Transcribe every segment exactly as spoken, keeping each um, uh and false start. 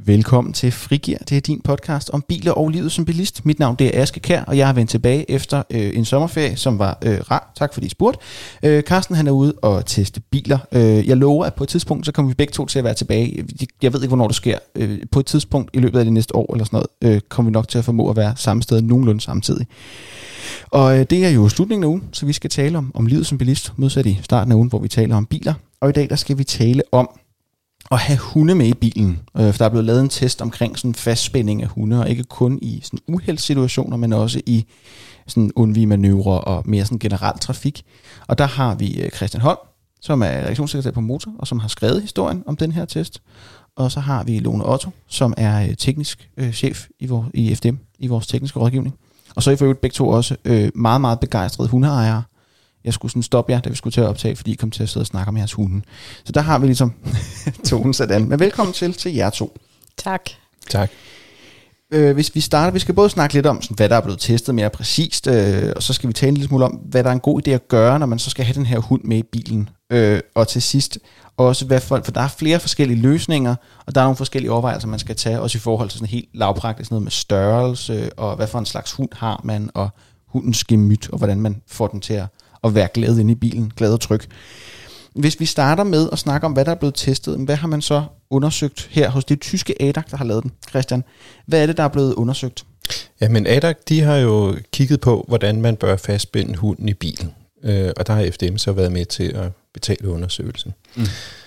Velkommen til Frigir. Det er din podcast om biler og livet som bilist. Mit navn det er Aske Kjær, og jeg har vendt tilbage efter øh, en sommerferie, som var øh, rar. Tak fordi I spurgte. Øh, Carsten han er ude og teste biler. Øh, jeg lover, at på et tidspunkt, så kommer vi begge to til at være tilbage. Jeg ved ikke, hvornår det sker. Øh, på et tidspunkt i løbet af det næste år eller sådan noget, øh, kommer vi nok til at formå at være samme sted nogenlunde samtidig. Og øh, det er jo slutningen af ugen, så vi skal tale om, om livet som bilist, modsat i starten af ugen, hvor vi taler om biler. Og i dag der skal vi tale om at have hunde med i bilen. Øh, for der er blevet lavet en test omkring sådan fastspænding af hunde, og ikke kun i sådan uheldssituationer, men også i sådan undvigemanøvrer og mere sådan generel trafik. Og der har vi Christian Holm, som er redaktionssekretær på Motor, og som har skrevet historien om den her test. Og så har vi Lone Otto, som er teknisk øh, chef i, vor, i F D M, i vores tekniske rådgivning. Og så er I for øvrigt begge to også øh, meget, meget begejstrede hundeejere. Jeg skulle sådan stoppe jer, da vi skulle til at optage, fordi I kom til at sidde og snakke om jeres hunde. Så der har vi ligesom tonen sådan. Men velkommen til til jer to. Tak. Tak. Øh, hvis vi starter, vi skal både snakke lidt om, sådan, hvad der er blevet testet mere præcist, øh, og så skal vi tale lidt smule om, hvad der er en god idé at gøre, når man så skal have den her hund med i bilen. Øh, og til sidst også, hvad for, for der er flere forskellige løsninger, og der er nogle forskellige overvejelser, man skal tage, også i forhold til sådan helt lavpraktisk noget med størrelse, og hvad for en slags hund har man, og hundens gemyt, og hvordan man får den til at og være glad inde i bilen, glad og tryg. Hvis vi starter med at snakke om, hvad der er blevet testet, hvad har man så undersøgt her hos det tyske A D A C, der har lavet den? Christian, hvad er det, der er blevet undersøgt? Jamen A D A C, de har jo kigget på, hvordan man bør fastspænde hunden i bilen. Øh, og der har F D M så været med til at betale undersøgelsen. Mm.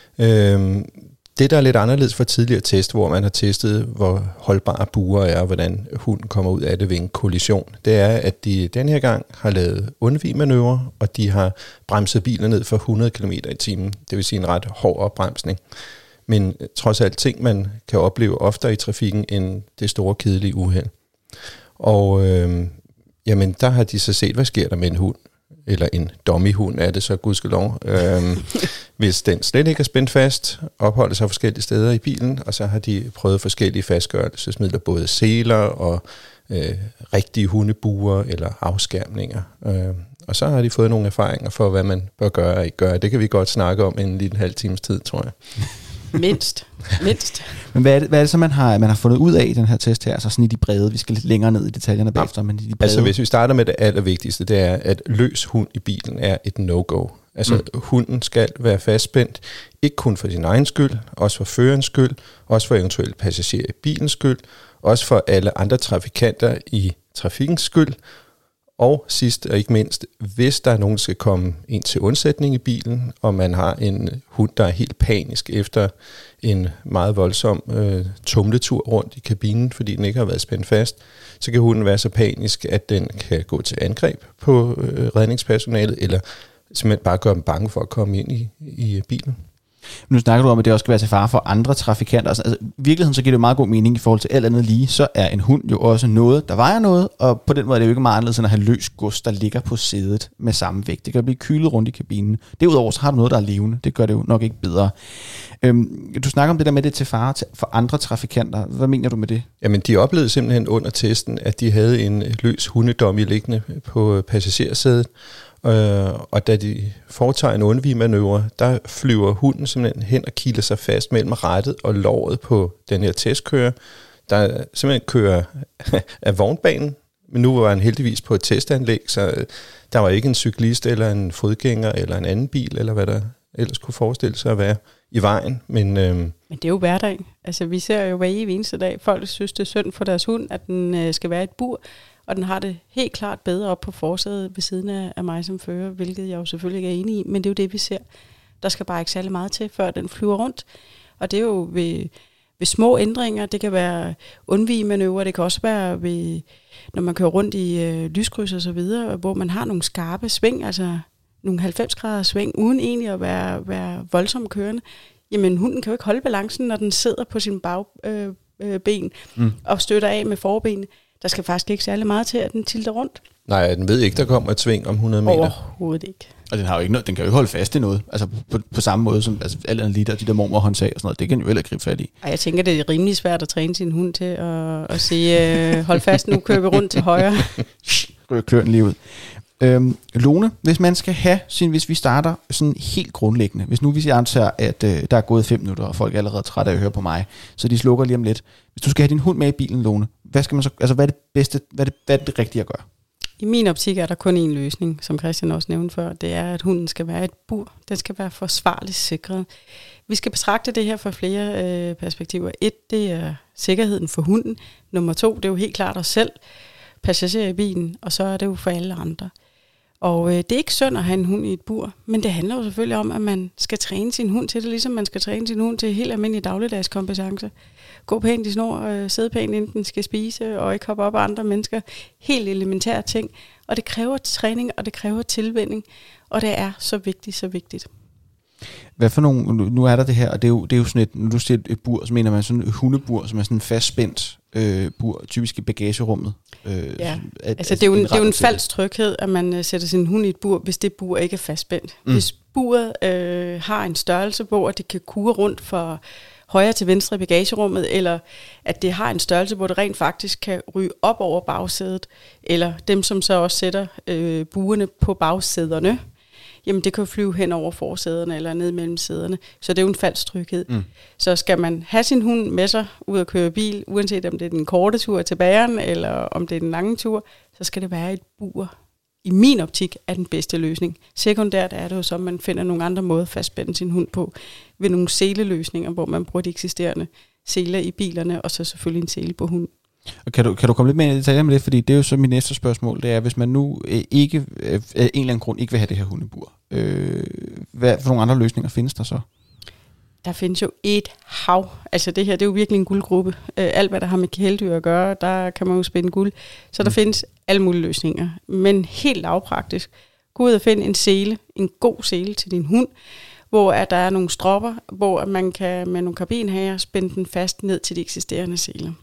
Øh, det, der er lidt anderledes fra tidligere test, hvor man har testet, hvor holdbare buer er, og hvordan hunden kommer ud af det ved en kollision, det er, at de den her gang har lavet undvigemanøvrer, og de har bremset bilen ned for hundrede kilometer i timen. Det vil sige en ret hård opbremsning. Men trods alt ting, man kan opleve oftere i trafikken, end det store, kedelige uheld. Og øh, jamen, der har de så set, hvad sker der med en hund, eller en dummy-hund er det så, gudskelov, øhm, hvis den slet ikke er spændt fast, opholder sig forskellige steder i bilen, og så har de prøvet forskellige fastgørelsesmidler, både seler og øh, rigtige hundebuer eller afskærmninger. Øh, og så har de fået nogle erfaringer for, hvad man bør gøre og ikke gøre. Det kan vi godt snakke om inden lige en halv times tid, tror jeg. Mindst. Mindst. Men hvad er, det, hvad er det så, man har, man har fundet ud af i den her test her? Altså sådan i de brede, vi skal lidt længere ned i detaljerne bagefter, men i de brede. Altså hvis vi starter med det allervigtigste, det er, at løs hund i bilen er et no-go. Altså mm. hunden skal være fastspændt, ikke kun for sin egen skyld, også for førerens skyld, også for eventuelle passagerer i bilens skyld, også for alle andre trafikanter i trafikkens skyld. Og sidst og ikke mindst, hvis der er nogen, der skal komme ind til undsætning i bilen, og man har en hund, der er helt panisk efter en meget voldsom øh, tumletur rundt i kabinen, fordi den ikke har været spændt fast, så kan hunden være så panisk, at den kan gå til angreb på øh, redningspersonalet, eller simpelthen bare gøre dem bange for at komme ind i, i bilen. Nu snakker du om, at det også skal være til fare for andre trafikanter. Altså, i virkeligheden så giver det jo meget god mening i forhold til alt andet lige. Så er en hund jo også noget, der vejer noget, og på den måde er det jo ikke meget anderledes end at have løs gods, der ligger på sædet med samme vægt. Det kan blive kylet rundt i kabinen. Derudover så har du noget, der er levende. Det gør det jo nok ikke bedre. Øhm, du snakker om det der med det til fare for andre trafikanter. Hvad mener du med det? Jamen, de oplevede simpelthen under testen, at de havde en løs hundedummy liggende på passagersædet. Øh, og da de foretager en undvigemanøvre, der flyver hunden simpelthen hen og kilder sig fast mellem rattet og låret på den her testkører, der simpelthen kører af vognbanen, men nu var han heldigvis på et testanlæg, så der var ikke en cyklist eller en fodgænger eller en anden bil, eller hvad der ellers kunne forestille sig at være i vejen. Men, øhm men det er jo hverdag. Altså vi ser jo hver evig eneste dag, folk synes det er synd for deres hund, at den øh, skal være et bur, og den har det helt klart bedre op på forsædet ved siden af, af mig som fører, hvilket jeg jo selvfølgelig ikke er enig i, men det er jo det, vi ser. Der skal bare ikke særlig meget til, før den flyver rundt. Og det er jo ved, ved små ændringer. Det kan være undvigemanøvrer, det kan også være, ved, når man kører rundt i øh, lyskryds og så videre, hvor man har nogle skarpe sving, altså nogle halvfems grader sving, uden egentlig at være, være voldsomt kørende. Jamen hunden kan jo ikke holde balancen, når den sidder på sin bagben øh, øh, mm. og støtter af med forbenene. Der skal faktisk ikke særlig meget til, at den tilter rundt. Nej, den ved ikke, der kommer et sving om hundrede meter. Overhovedet ikke. Og den, har jo ikke noget, den kan jo ikke holde fast i noget. Altså på, på samme måde som altså, alle andre liter, de der mormorhåndsag og sådan noget. Det kan den jo heller ikke gribe fat i. Ej, jeg tænker, det er rimelig svært at træne sin hund til at, at sige, øh, hold fast, nu kører vi rundt til højre. Røg kløren lige ud. Øhm, Lone, hvis man skal have sin, hvis vi starter sådan helt grundlæggende, hvis nu vi antager, at øh, der er gået fem minutter, og folk er allerede trætte af at høre på mig, så de slukker lige om lidt. Hvis du skal have din hund med i bilen, Lone, hvad skal man så, altså hvad er det bedste, hvad er det, hvad er det rigtige at gøre? I min optik er der kun én løsning, som Christian også nævnte før. Det er, at hunden skal være i et bur. Den skal være forsvarligt sikret. Vi skal betragte det her fra flere øh, perspektiver. Et, det er sikkerheden for hunden. Nummer to, det er jo helt klart os selv, passagerer i bilen, og så er det jo for alle andre. Og øh, det er ikke synd at have en hund i et bur, men det handler jo selvfølgelig om, at man skal træne sin hund til det, ligesom man skal træne sin hund til helt almindelig dagligdags kompetence. Gå pænt i snor, øh, sidde pænt, inden den skal spise, og ikke hoppe op af andre mennesker. Helt elementære ting. Og det kræver træning, og det kræver tilvænning, og det er så vigtigt, så vigtigt. Hvad for nogle, nu er der det her, og det er jo, det er jo sådan et, når du siger et bur, så mener man sådan et hundebur, som er sådan en fastspændt øh, bur, typisk i bagagerummet. Øh, ja, at, altså det er jo en, det er jo en falsk tryghed, at man uh, sætter sin hund i et bur, hvis det bur ikke er fastspændt. Mm. Hvis buret øh, har en størrelse, hvor det kan kure rundt fra højre til venstre i bagagerummet, eller at det har en størrelse, hvor det rent faktisk kan ryge op over bagsædet, eller dem, som så også sætter øh, burene på bagsæderne, jamen det kan jo flyve hen over forsæderne eller ned mellem sæderne. Så det er jo en falsk tryghed. Mm. Så skal man have sin hund med sig ud at køre bil, uanset om det er den korte tur til bageren, eller om det er den lange tur, så skal det være et bur. I min optik er den bedste løsning. Sekundært er det jo så, at man finder nogle andre måder at fastspænde sin hund på, ved nogle seleløsninger, hvor man bruger de eksisterende seler i bilerne, og så selvfølgelig en sele på hunden. Og kan du, kan du komme lidt mere i detaljer med det, fordi det er jo så mit næste spørgsmål, det er, hvis man nu øh, ikke, øh, af en eller anden grund ikke vil have det her hundebur, øh, hvad for nogle andre løsninger findes der så? Der findes jo et hav. Altså det her, det er jo virkelig en guldgruppe. Øh, alt hvad der har med kæledyr at gøre, der kan man jo spænde guld. Så der mm. findes alle mulige løsninger. Men helt lavpraktisk, gå ud og find en sele, en god sele til din hund, hvor at der er nogle stropper, hvor man kan med nogle karbinhager spænde den fast ned til de eksisterende seler.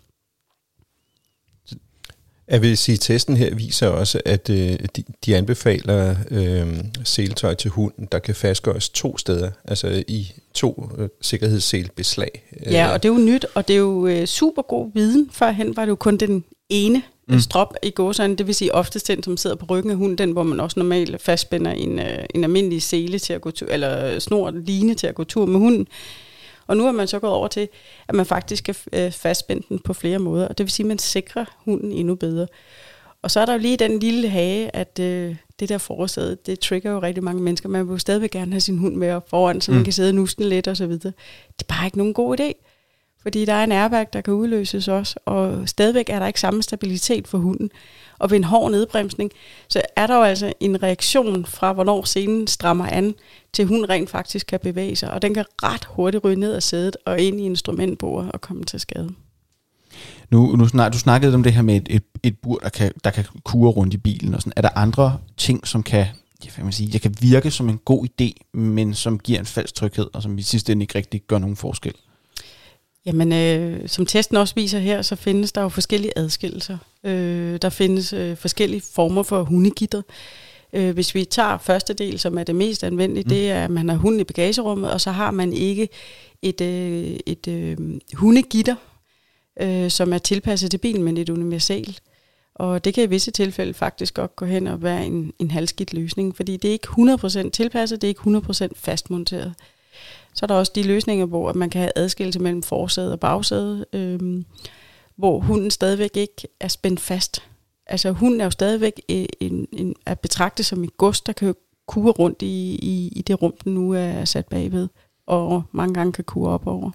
Jeg vil sige, at testen her viser også, at øh, de, de anbefaler øh, seletøj til hunden, der kan fastgøres to steder, altså i to øh, sikkerhedsselbeslag. Ja, og det er jo nyt, og det er jo øh, super god viden. Førhen var det jo kun den ene mm. strop i gåsøjne, det vil sige oftest den, som sidder på ryggen af hunden, den hvor man også normalt fastspænder en, øh, en almindelig sele til at gå tur, eller snor line til at gå tur med hunden. Og nu er man så gået over til, at man faktisk kan øh, fastspænde den på flere måder. Og det vil sige, at man sikrer hunden endnu bedre. Og så er der jo lige den lille hage, at øh, det der forsæde, det trigger jo rigtig mange mennesker. Man vil jo stadigvæk gerne have sin hund med op foran, så man mm. kan sidde og nuste lidt og så videre. Det er bare ikke nogen god idé. Fordi der er en airbag, der kan udløses også, og stadigvæk er der ikke samme stabilitet for hunden. Og ved en hård nedbremsning, så er der jo altså en reaktion fra, hvornår selen strammer an, til hunden rent faktisk kan bevæge sig. Og den kan ret hurtigt ryge ned af sædet og ind i instrumentbordet og komme til skade. Nu, nu snak, du snakkede om det her med et, et, et bur, der kan, der kan kure rundt i bilen. Og sådan. Er der andre ting, som kan, jeg vil sige, jeg kan virke som en god idé, men som giver en falsk tryghed, og som i sidste ende ikke rigtig gør nogen forskel? Jamen, øh, som testen også viser her, så findes der jo forskellige adskillelser. Øh, der findes øh, forskellige former for hundegitter. Øh, hvis vi tager første del, som er det mest anvendelige, mm. det er, at man har hunden i bagagerummet, og så har man ikke et, øh, et øh, hundegitter, øh, som er tilpasset til bilen, men et universalt. Og det kan i visse tilfælde faktisk godt gå hen og være en, en halvskidt løsning, fordi det er ikke hundrede procent tilpasset, det er ikke hundrede procent fastmonteret. Så er der også de løsninger, hvor man kan have adskillelse mellem forsæde og bagsæde, øhm, hvor hunden stadigvæk ikke er spændt fast. Altså hunden er jo stadigvæk en, en, at betragte som et gods, der kan kure rundt i, i, i det rum, den nu er sat bagved, og mange gange kan kure op over.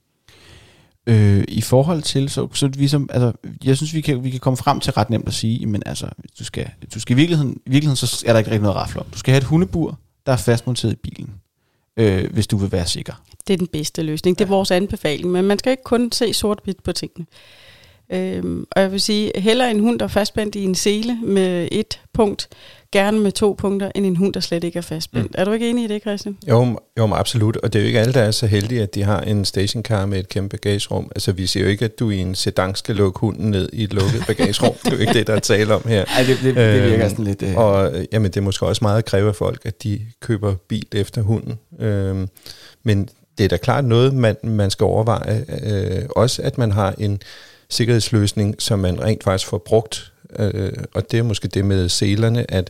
Øh, I forhold til, så, så vi som, altså, jeg synes, vi kan, vi kan komme frem til ret nemt at sige, men altså, du skal, du skal i virkeligheden, i virkeligheden, så er der ikke rigtig noget at rafle om. Du skal have et hundebur, der er fastmonteret i bilen. Øh, hvis du vil være sikker. Det er den bedste løsning. Det er ja. vores anbefaling, men man skal ikke kun se sort-hvidt på tingene. Øhm, og jeg vil sige, hellere en hund, der er fastspændt i en sele med et punkt, gerne med to punkter, end en hund, der slet ikke er fastspændt. Mm. Er du ikke enig i det, Christian? Jo, jo, absolut. Og det er jo ikke alle, der er så heldige, at de har en stationcar med et kæmpe bagagerum. Altså, vi siger jo ikke, at du i en sedan skal lukke hunden ned i et lukket bagagerum. Det er jo ikke det, der er tale om her. Ej, det, det, det virker sådan lidt... Øh... Og jamen, det er måske også meget at kræve af folk, at de køber bil efter hunden. Øhm, men det er da klart noget, man, man skal overveje. Øh, også, at man har en sikkerhedsløsning, som man rent faktisk får brugt. Øh, og det er måske det med selerne, at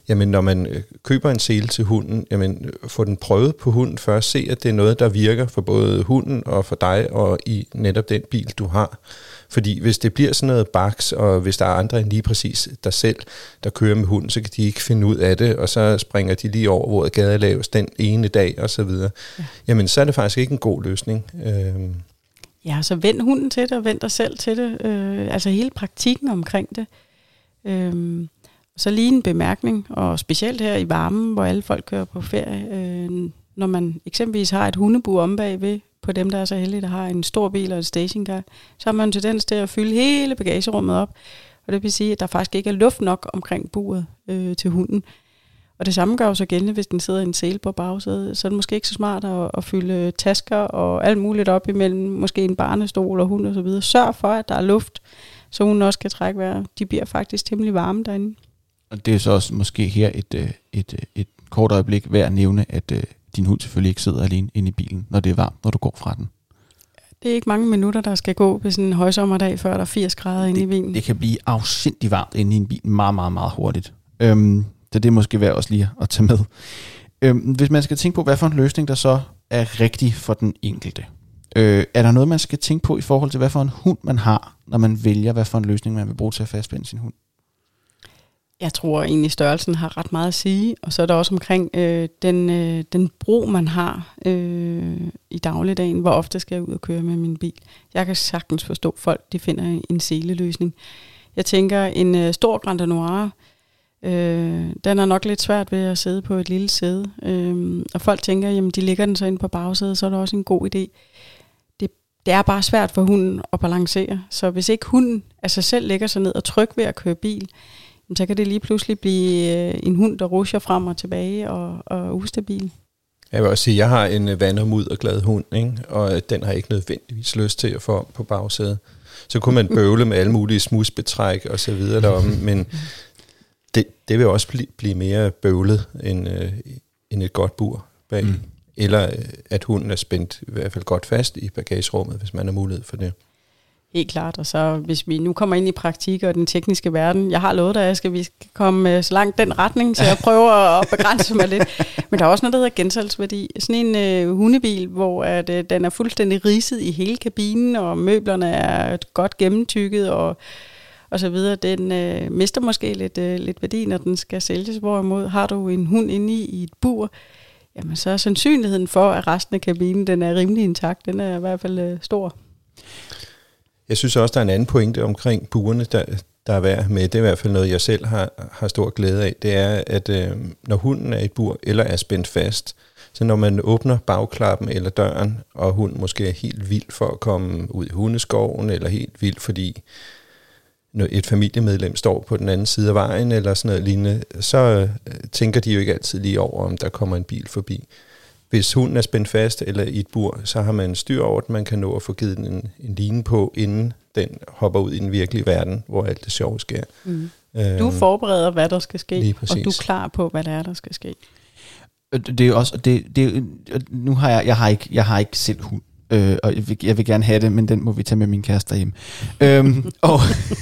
Jamen, når man øh, køber en sele til hunden, jamen, få den prøvet på hunden først. Se, at det er noget, der virker for både hunden og for dig og i netop den bil, du har. Fordi hvis det bliver sådan noget baks, og hvis der er andre end lige præcis dig selv, der kører med hunden, så kan de ikke finde ud af det, og så springer de lige over, hvor gaden er lavest den ene dag, og så videre. Ja. Jamen, så er det faktisk ikke en god løsning. Øhm. Ja, så vend hunden til det, og vend dig selv til det. Øh, altså hele praktikken omkring det. Øh, så lige en bemærkning, og specielt her i varmen, hvor alle folk kører på ferie, øh, når man eksempelvis har et hundebur om bagved, på dem, der er så heldige, der har en stor bil og en stationcar, så har man tendens til at fylde hele bagagerummet op. Og det vil sige, at der faktisk ikke er luft nok omkring buret øh, til hunden. Og det samme gør jo så gældende, hvis den sidder i en sele på bagsædet. Så er det måske ikke så smart at, at fylde tasker og alt muligt op imellem, måske en barnestol og hund og så videre. Sørg for, at der er luft, så hunden også kan trække vejret. De bliver faktisk temmelig varme derinde. Og det er så også måske her et, et, et, et kort øjeblik værd at nævne, at din hund selvfølgelig ikke sidder alene inde i bilen, når det er varmt, når du går fra den. Det er ikke mange minutter, der skal gå på sådan en højsommerdag, før der er firs grader inde i bilen. Det kan blive afsindig varmt inde i en bil meget, meget, meget hurtigt. Øhm, så det er måske værd også lige at tage med. Øhm, hvis man skal tænke på, hvad for en løsning, der så er rigtig for den enkelte. Øh, er der noget, man skal tænke på i forhold til, hvad for en hund man har, når man vælger, hvad for en løsning, man vil bruge til at fastspænde sin hund? Jeg tror egentlig, størrelsen har ret meget at sige, og så er der også omkring øh, den, øh, den brug, man har øh, i dagligdagen. Hvor ofte skal jeg ud og køre med min bil? Jeg kan sagtens forstå folk, de finder en seleløsning. Jeg tænker, en øh, stor Grand Danois, øh, den er nok lidt svært ved at sidde på et lille sæde. Øh, og folk tænker, jamen de ligger den så inde på bagsædet, så er det også en god idé. Det, det er bare svært for hunden at balancere. Så hvis ikke hunden af sig selv lægger sig ned og tryg ved at køre bil, så kan det lige pludselig blive en hund, der rusher frem og tilbage og, og ustabil. Jeg vil også sige, at jeg har en vand- og mudderglad hund, ikke? Og den har ikke nødvendigvis lyst til at få om på bagsædet. Så kunne man bøvle med alle mulige smusbetræk og så videre deromme, men det, det vil også blive, blive mere bøvlet end, øh, end et godt bur bag. Mm. Eller at hunden er spændt i hvert fald godt fast i bagagerummet, hvis man har mulighed for det. Helt klart, og så hvis vi nu kommer ind i praktik og den tekniske verden, jeg har lovet dig, at vi skal komme så langt den retning, så jeg prøver at begrænse mig lidt. Men der er også noget, der hedder gensalgsværdi. Sådan en øh, hundebil, hvor at, øh, den er fuldstændig ridset i hele kabinen, og møblerne er godt gennemtykket, og, og så videre. Den øh, mister måske lidt, øh, lidt værdi, når den skal sælges. Hvorimod har du en hund inde i, i et bur, jamen så er sandsynligheden for, at resten af kabinen den er rimelig intakt. Den er i hvert fald øh, stor. Jeg synes også, der er en anden pointe omkring burene, der, der er værd med. Det er i hvert fald noget, jeg selv har, har stor glæde af. Det er, at øh, når hunden er i et bur eller er spændt fast, så når man åbner bagklappen eller døren, og hunden måske er helt vild for at komme ud i hundeskoven, eller helt vild, fordi et familiemedlem står på den anden side af vejen, eller sådan noget lignende, så øh, tænker de jo ikke altid lige over, om der kommer en bil forbi. Hvis hunden er spændt fast eller i et bur, så har man styr over, at man kan nå at få givet den en, en line på, inden den hopper ud i den virkelige verden, hvor alt det sjove sker. Mm. Øhm, du forbereder, hvad der skal ske, og du er klar på, hvad der er, der skal ske. Det er også, det, det, nu har jeg, jeg har ikke, jeg har ikke selv hund, øh, og jeg vil, jeg vil gerne have det, men den må vi tage med min kæreste derhjemme. øhm, og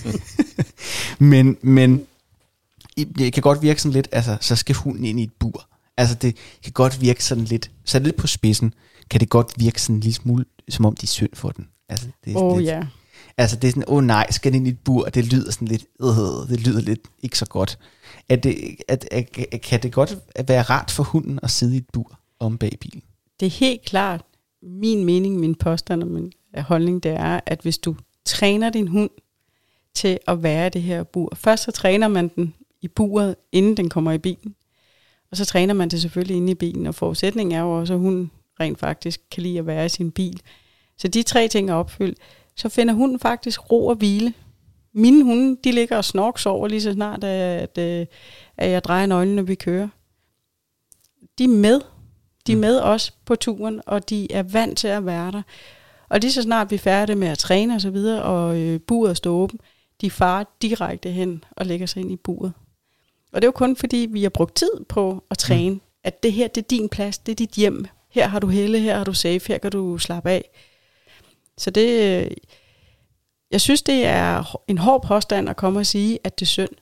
men, men det kan godt virke sådan lidt, altså, så skal hunden ind i et bur. Altså det kan godt virke sådan lidt, så lidt på spidsen, kan det godt virke sådan en lille smule, som om de er synd for den. Altså det er oh, lidt, yeah. altså det er sådan, åh oh, nej, skal den ind i et bur, og det lyder sådan lidt, øh, det lyder lidt ikke så godt. Er det, at, at, at, kan det godt være rart for hunden at sidde i et bur om bag bilen? Det er helt klart min mening, min påstand og min holdning, det er, at hvis du træner din hund til at være i det her bur, først så træner man den i buret, inden den kommer i bilen. Og så træner man det selvfølgelig inde i bilen, og forudsætningen er jo også, at hunden rent faktisk kan lide at være i sin bil. Så de tre ting er opfyldt. Så finder hunden faktisk ro og hvile. Mine hunde, de ligger og snorksover lige så snart, at, at, at jeg drejer nøglen, når vi kører. De er med. De er med os på turen, og de er vant til at være der. Og lige så snart vi er færdige med at træne og så videre, og øh, buret står åben, de farer direkte hen og lægger sig ind i buret. Og det er jo kun fordi, vi har brugt tid på at træne, mm. at det her, det er din plads, det er dit hjem. Her har du helle, her har du safe, her kan du slappe af. Så det, jeg synes, det er en hård påstand at komme og sige, at det er synd.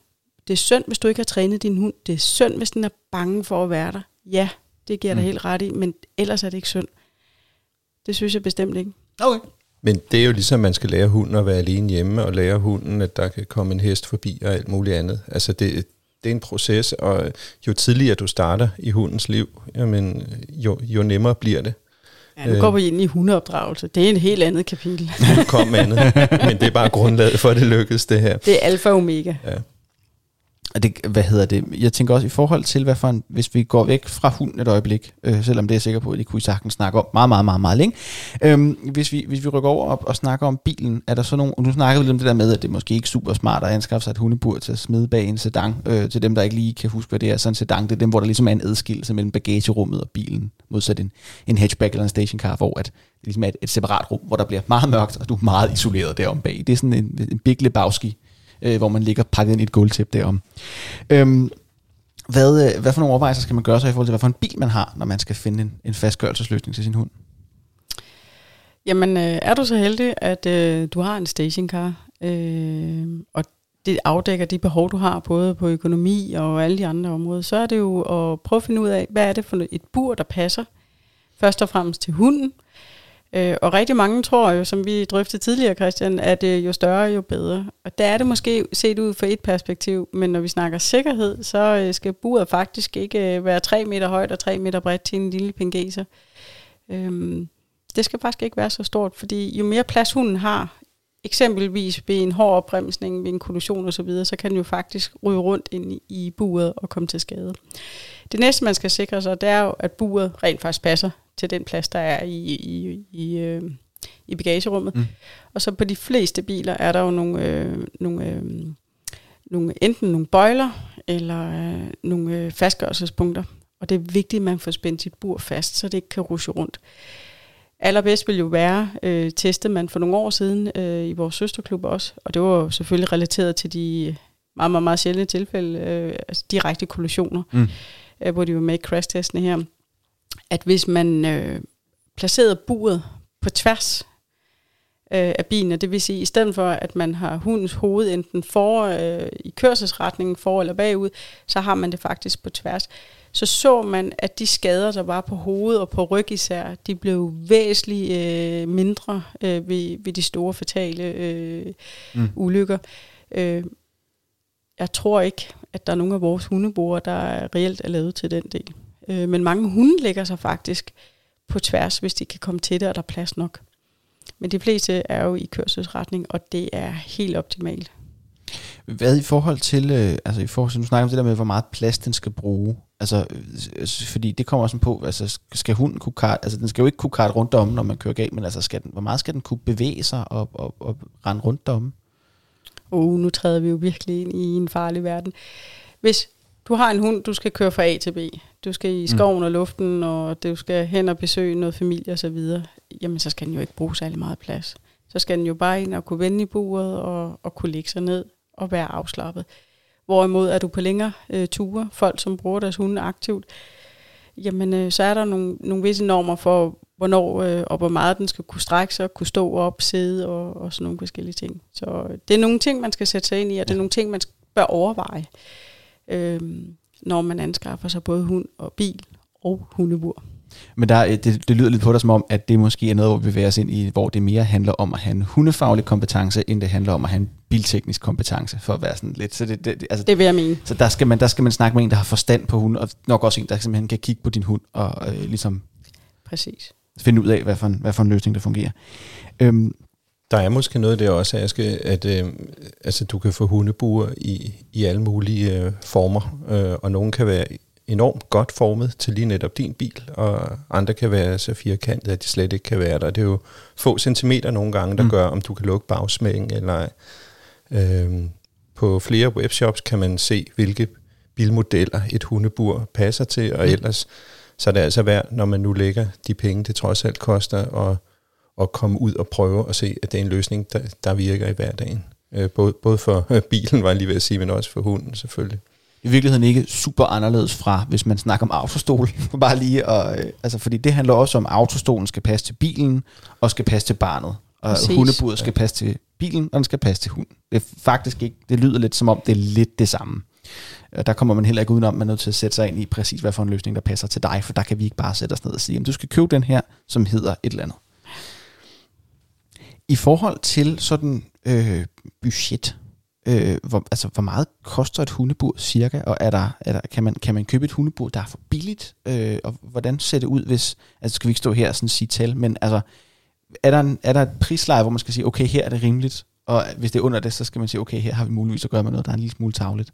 det er synd, hvis du ikke har trænet din hund. Det er synd, hvis den er bange for at være der. Ja, det giver mm. dig helt ret i, men ellers er det ikke synd. Det synes jeg bestemt ikke. Okay. Men det er jo ligesom, man skal lære hunden at være alene hjemme, og lære hunden, at der kan komme en hest forbi og alt muligt andet. Altså det, det er en proces, og jo tidligere du starter i hundens liv, jamen, jo, jo nemmere bliver det. Ja, nu går vi ind i hundeopdragelse. Det er en helt andet kapitel. Nu kom andet, men det er bare grundlaget for, at det lykkes, det her. Det er alfa og omega. Ja. Det, hvad hedder det? Jeg tænker også i forhold til, hvad for en, hvis vi går væk fra hunden et øjeblik, øh, selvom det er jeg sikker på, at det kunne I sagtens snakke om meget, meget, meget, meget længe. Øhm, hvis, vi, hvis vi rykker over op og snakker om bilen, er der så nogle, nu snakker vi lidt om det der med, at det er måske ikke super smart at anskaffe sig et hundebur til at smide bag en sedan, øh, til dem, der ikke lige kan huske, hvad det er. Sådan en sedan, det er dem, hvor der ligesom er en adskillelse mellem bagagerummet og bilen, modsat en, en hatchback eller en stationcar, hvor at det ligesom er et, et separat rum, hvor der bliver meget mørkt, og du er meget isoleret derom bag. Det er sådan en, en Big Lebowski, øh, hvor man ligger pakket ind i et gulvtæppe derom. Øhm, hvad, hvad for nogle overvejelser skal man gøre sig i forhold til, hvad for en bil man har, når man skal finde en, en fastgørelsesløsning til sin hund? Jamen, øh, er du så heldig, at øh, du har en stationcar, øh, og det afdækker de behov, du har, både på økonomi og alle de andre områder, så er det jo at prøve at finde ud af, hvad er det for et bur, der passer, først og fremmest til hunden. Øh, og rigtig mange tror jo, som vi drøftede tidligere, Christian, at øh, jo større, jo bedre. Og der er det måske set ud fra et perspektiv, men når vi snakker sikkerhed, så øh, skal buret faktisk ikke øh, være tre meter højt og tre meter bredt til en lille pengeser. Øh, det skal faktisk ikke være så stort, fordi jo mere plads hunden har, eksempelvis ved en hård opbremsning, ved en kollision osv., så, så kan den jo faktisk ryge rundt ind i, i buret og komme til skade. Det næste, man skal sikre sig, det er jo, at buret rent faktisk passer til den plads, der er i, i, i, øh, i bagagerummet. Mm. Og så på de fleste biler er der jo nogle, øh, nogle, øh, nogle enten nogle bøjler eller øh, nogle øh, fastgørelsespunkter. Og det er vigtigt, at man får spændt sit bur fast, så det ikke kan rushe rundt. Allerbedst vil jo være øh, testet man for nogle år siden øh, i vores søsterklub også, og det var jo selvfølgelig relateret til de meget, meget, meget sjældne tilfælde, øh, altså direkte kollisioner, mm. øh, hvor de var med i crash-testene her, at hvis man øh, placerede buret på tværs øh, af bilen, det vil sige, i stedet for, at man har hundens hoved enten for, øh, i kørselsretningen for eller bagud, så har man det faktisk på tværs. Så så man, at de skader, der var på hovedet og på ryg især, de blev væsentligt øh, mindre øh, ved, ved de store fatale øh, mm. ulykker. Øh, jeg tror ikke, at der er nogen af vores hundeborer, der reelt er lavet til den del. Øh, men mange hunde lægger sig faktisk på tværs, hvis de kan komme til det, og der er plads nok. Men de fleste er jo i kørselsretning, og det er helt optimalt. Hvad i forhold til, øh, altså i forhold til, nu snakker vi om det der med, hvor meget plads den skal bruge, altså, øh, fordi det kommer også på, altså skal hunden kunne karte, altså den skal jo ikke kunne karte rundt om, når man kører galt, men altså skal den, hvor meget skal den kunne bevæge sig og, og, og rende rundt om? Oh, nu træder vi jo virkelig ind i en farlig verden. Hvis du har en hund, du skal køre fra A til B, du skal i skoven mm. og luften, og du skal hen og besøge noget familie og så videre, jamen så skal den jo ikke bruge særlig meget plads. Så skal den jo bare ind og kunne vende i buret og, og kunne lægge sig ned og være afslappet. Hvorimod er du på længere øh, ture, folk som bruger deres hunde aktivt, jamen øh, så er der nogle, nogle visse normer for, hvornår øh, og hvor meget den skal kunne strække sig, kunne stå op, sidde og, og sådan nogle forskellige ting. Så det er nogle ting, man skal sætte sig ind i, og det er nogle ting, man bør overveje, øh, når man anskaffer sig både hund og bil og hundebur. Men der, det, det lyder lidt på dig som om, at det måske er noget, hvor vi bevæger os ind i, hvor det mere handler om at have en hundefaglig kompetence, end det handler om at have en bilteknisk kompetence, for at være sådan lidt. Så det, det, altså, det vil jeg mene. Så der skal, man, der skal man snakke med en, der har forstand på hunden, og nok også en, der simpelthen kan kigge på din hund, og øh, ligesom Præcis. finde ud af, hvad for en, hvad for en løsning, der fungerer. Øhm, Der er måske noget der også, Aske, at øh, altså, du kan få hundebuer i, i alle mulige øh, former, øh, og nogle kan være enormt godt formet til lige netop din bil, og andre kan være så firkantede, at de slet ikke kan være der. Det er jo få centimeter nogle gange, der mm. gør, om du kan lukke bagsmækken eller ej. Øhm, på flere webshops kan man se, hvilke bilmodeller et hundebur passer til, og mm. ellers så er det altså værd, når man nu lægger de penge, det trods alt koster, og, og komme ud og prøve at se, at det er en løsning, der, der virker i hverdagen. Øh, både, både for øh, bilen, var jeg lige ved at sige, men også for hunden selvfølgelig. I virkeligheden ikke super anderledes fra, hvis man snakker om autostol. Bare lige, og, øh, altså, fordi det handler også om, at autostolen skal passe til bilen, og skal passe til barnet. Og Præcis. Hundeburet skal passe til bilen, og den skal passe til hunden. Det er faktisk ikke, det lyder lidt som om, det er lidt det samme. Der kommer man heller ikke udenom, man er nødt til at sætte sig ind i præcis, hvad for en løsning, der passer til dig, for der kan vi ikke bare sætte os ned og sige, jamen, du skal købe den her, som hedder et eller andet. I forhold til sådan øh, budget, øh, hvor, altså hvor meget koster et hundebur cirka, og er der, er der, kan, man, kan man købe et hundebur, der er for billigt, øh, og hvordan ser det ud, hvis, altså skal vi ikke stå her og sådan sige tal, men altså, er der, en, er der et prisleje, hvor man skal sige, okay, her er det rimeligt, og hvis det er under det, så skal man sige, okay, her har vi muligvis at gøre med noget, der er en lille smule tarveligt.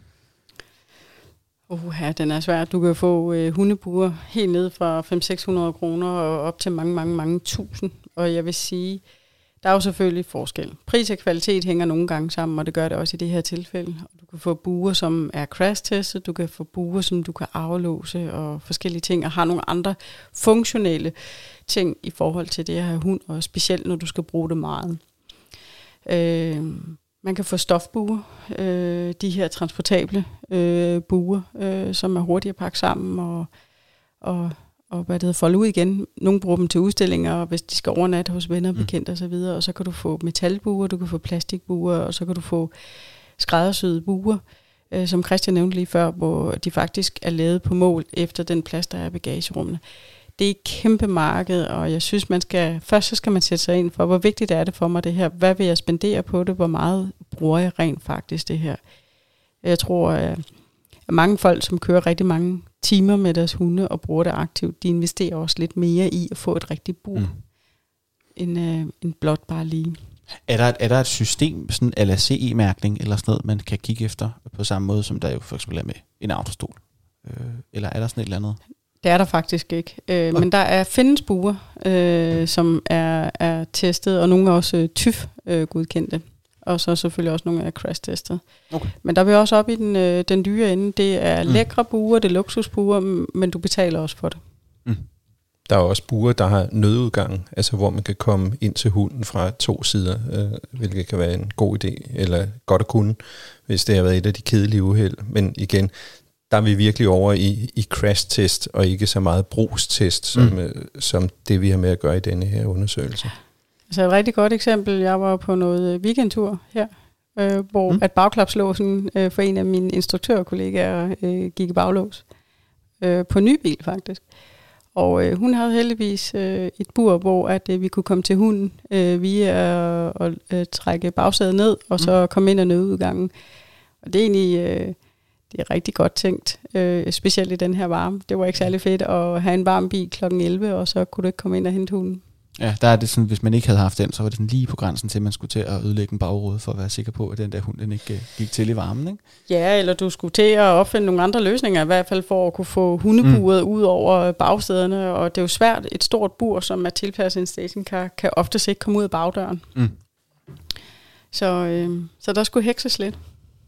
Uh, ja, den er svær. Du kan få øh, hundebuer helt ned fra fem hundrede til seks hundrede kroner og op til mange, mange, mange tusind. Og jeg vil sige, der er jo selvfølgelig forskel. Pris og kvalitet hænger nogle gange sammen, og det gør det også i det her tilfælde. Du kan få buer, som er crash-testet, du kan få buer, som du kan aflåse og forskellige ting, og har nogle andre funktionelle ting i forhold til det her hund, og specielt når du skal bruge det meget. Øh, Man kan få stofbuer, øh, de her transportable øh, buer, øh, som er hurtigt at pakke sammen og, og, og hvad det hedder, folde ud igen. Nogle bruger dem til udstillinger, hvis de skal overnatte hos venner, bekendte osv. Og, og så kan du få metalbuer, du kan få plastikbuer, og så kan du få skræddersyede buer, øh, som Christian nævnte lige før, hvor de faktisk er lavet på mål efter den plads, der er i bagagerummene. Det er et kæmpe marked, og jeg synes, man skal først så skal man sætte sig ind for, hvor vigtigt er det for mig det her? Hvad vil jeg spendere på det? Hvor meget bruger jeg rent faktisk det her? Jeg tror, at mange folk, som kører rigtig mange timer med deres hunde og bruger det aktivt, de investerer også lidt mere i at få et rigtigt bur, mm. end, øh, end blot bare lige. Er der, er der et system, sådan a la C E-mærkning eller sådan noget, man kan kigge efter på samme måde, som der jo for eksempel er med en autostol? Øh, eller er der sådan et eller andet? Det er der faktisk ikke. Øh, men der er findes buer, øh, som er, er testet, og nogle er også øh, T Y F-godkendte. Øh, og så selvfølgelig også nogle er crash-testet. Okay. Men der vil også op i den, øh, den dyre ende. Det er mm. lækre buer, det er luksusbuer, men du betaler også for det. Mm. Der er også buer, der har nødudgang, altså hvor man kan komme ind til hunden fra to sider, øh, hvilket kan være en god idé, eller godt at kunne, hvis det har været et af de kedelige uheld. Men igen, der er vi virkelig over i, i crash-test, og ikke så meget brugstest, som, mm. øh, som det vi har med at gøre i denne her undersøgelse. Altså et rigtig godt eksempel, jeg var på noget weekendtur her, øh, hvor mm. at bagklapslåsen øh, for en af mine instruktørkollegaer øh, gik i baglås. Øh, på ny bil faktisk. Og øh, hun havde heldigvis øh, et bur, hvor at, øh, vi kunne komme til hunden øh, via at øh, trække bagsædet ned, og så mm. komme ind ad nødudgangen. Og det er egentlig... Øh, Det er rigtig godt tænkt, øh, specielt i den her varme. Det var ikke særlig fedt at have en varm bil klokken elleve, og så kunne du ikke komme ind og hente hunden. Ja, der er det sådan, hvis man ikke havde haft den, så var det sådan lige på grænsen til, at man skulle til at ødelægge en bagrude, for at være sikker på, at den der hund den ikke uh, gik til i varmen, ikke? Ja, eller du skulle til at opfinde nogle andre løsninger, i hvert fald for at kunne få hundeburet mm. ud over bagsæderne, og det er jo svært. Et stort bur, som er tilpasset en stationcar, kan oftest ikke komme ud af bagdøren. Mm. Så, øh, så der skulle hekses lidt.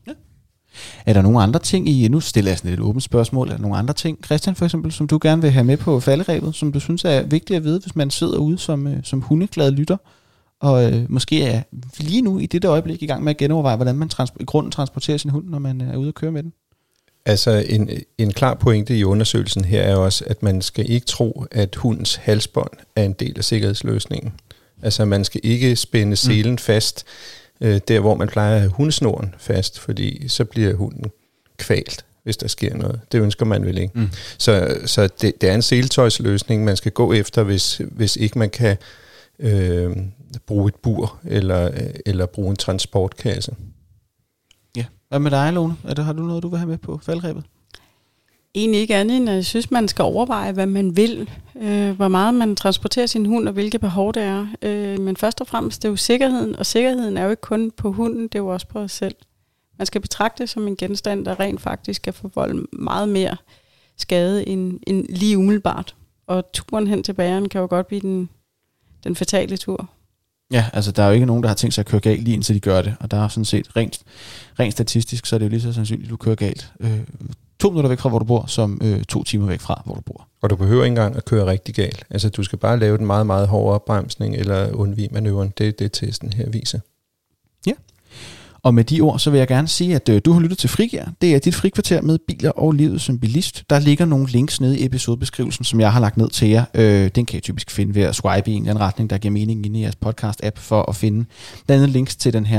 Er der nogle andre ting i, nu stiller jeg sådan et åbent spørgsmål, er der nogle andre ting, Christian for eksempel, som du gerne vil have med på falderebet, som du synes er vigtigt at vide, hvis man sidder ude som, som hundeglad lytter, og øh, måske er lige nu i dette øjeblik i gang med at genoverveje, hvordan man trans- i grunden transporterer sin hund, når man er ude at køre med den? Altså en, en klar pointe i undersøgelsen her er også, at man skal ikke tro, at hundens halsbånd er en del af sikkerhedsløsningen. Altså man skal ikke spænde selen mm. fast, der hvor man plejer at have hundesnoren fast, fordi så bliver hunden kvalt, hvis der sker noget. Det ønsker man vel ikke. Mm. Så, så det, det er en seletøjsløsning, man skal gå efter, hvis, hvis ikke man kan øh, bruge et bur eller, eller bruge en transportkasse. Ja. Hvad med dig, Lone? Er det, har du noget, du vil have med på faldrebet? Egentlig ikke andet, end jeg synes, man skal overveje, hvad man vil, øh, hvor meget man transporterer sin hund, og hvilke behov det er. Øh, men først og fremmest, det er jo sikkerheden, og sikkerheden er jo ikke kun på hunden, det er jo også på os selv. Man skal betragte det som en genstand, der rent faktisk kan forvolde meget mere skade end, end lige umiddelbart. Og turen hen til bageren kan jo godt blive den, den fatale tur. Ja, altså der er jo ikke nogen, der har tænkt sig at køre galt lige indtil de gør det, og der er sådan set rent, rent statistisk, så er det jo lige så sandsynligt, at du kører galt. Øh, to minutter væk fra, hvor du bor, som øh, to timer væk fra, hvor du bor. Og du behøver ikke engang at køre rigtig galt. Altså, du skal bare lave den meget, meget hårde opbremsning eller undvige manøvren. Det er det, testen her viser. Ja. Og med de ord, så vil jeg gerne sige, at øh, du har lyttet til Frigær. Det er dit frikvarter med biler og livet som bilist. Der ligger nogle links nede i episodebeskrivelsen, som jeg har lagt ned til jer. Øh, den kan I typisk finde ved at swipe i en eller anden retning, der giver mening inde i jeres podcast-app, for at finde blandt andet links til den her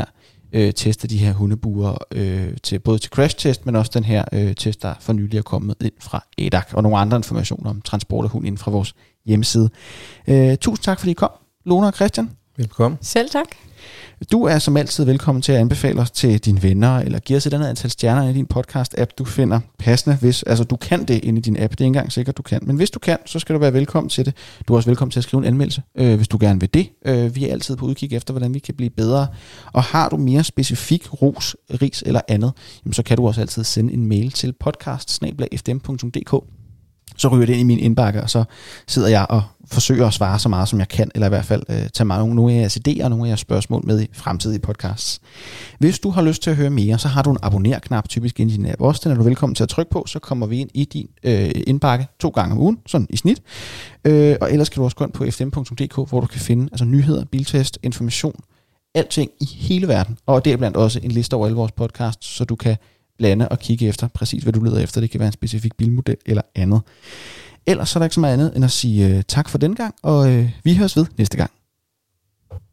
øh, teste de her hundebuer øh, til både til crash-test, men også den her øh, test, der for nylig er kommet ind fra A D A C, og nogle andre informationer om transport af hund inden fra vores hjemmeside. Øh, tusind tak, fordi I kom, Lone og Christian. Velkommen. Selv tak. Du er som altid velkommen til at anbefale os til dine venner, eller give os et andet antal stjerner i din podcast-app, du finder passende. Hvis, altså, du kan det inde i din app, det er ikke engang sikkert, du kan. Men hvis du kan, så skal du være velkommen til det. Du er også velkommen til at skrive en anmeldelse, øh, hvis du gerne vil det. Øh, vi er altid på udkig efter, hvordan vi kan blive bedre. Og har du mere specifik ros, ris eller andet, jamen, så kan du også altid sende en mail til podcast snabel-a f d m punktum d k. Så ryger det ind i min indbakke, og så sidder jeg og forsøger at svare så meget, som jeg kan, eller i hvert fald øh, tage mange, nogle af jeres idéer og nogle af jeres spørgsmål med i fremtidige podcasts. Hvis du har lyst til at høre mere, så har du en abonner-knap typisk inde i din app. Også den er du velkommen til at trykke på, så kommer vi ind i din øh, indbakke to gange om ugen, sådan i snit. Øh, og ellers kan du også gå ind på f d m punktum d k, hvor du kan finde altså, nyheder, biltest, information, alting i hele verden. Og det er blandt også en liste over alle vores podcasts, så du kan blande og kigge efter præcis, hvad du leder efter. Det kan være en specifik bilmodel eller andet. Ellers så er der ikke så meget andet end at sige uh, tak for den gang, og uh, vi høres ved næste gang.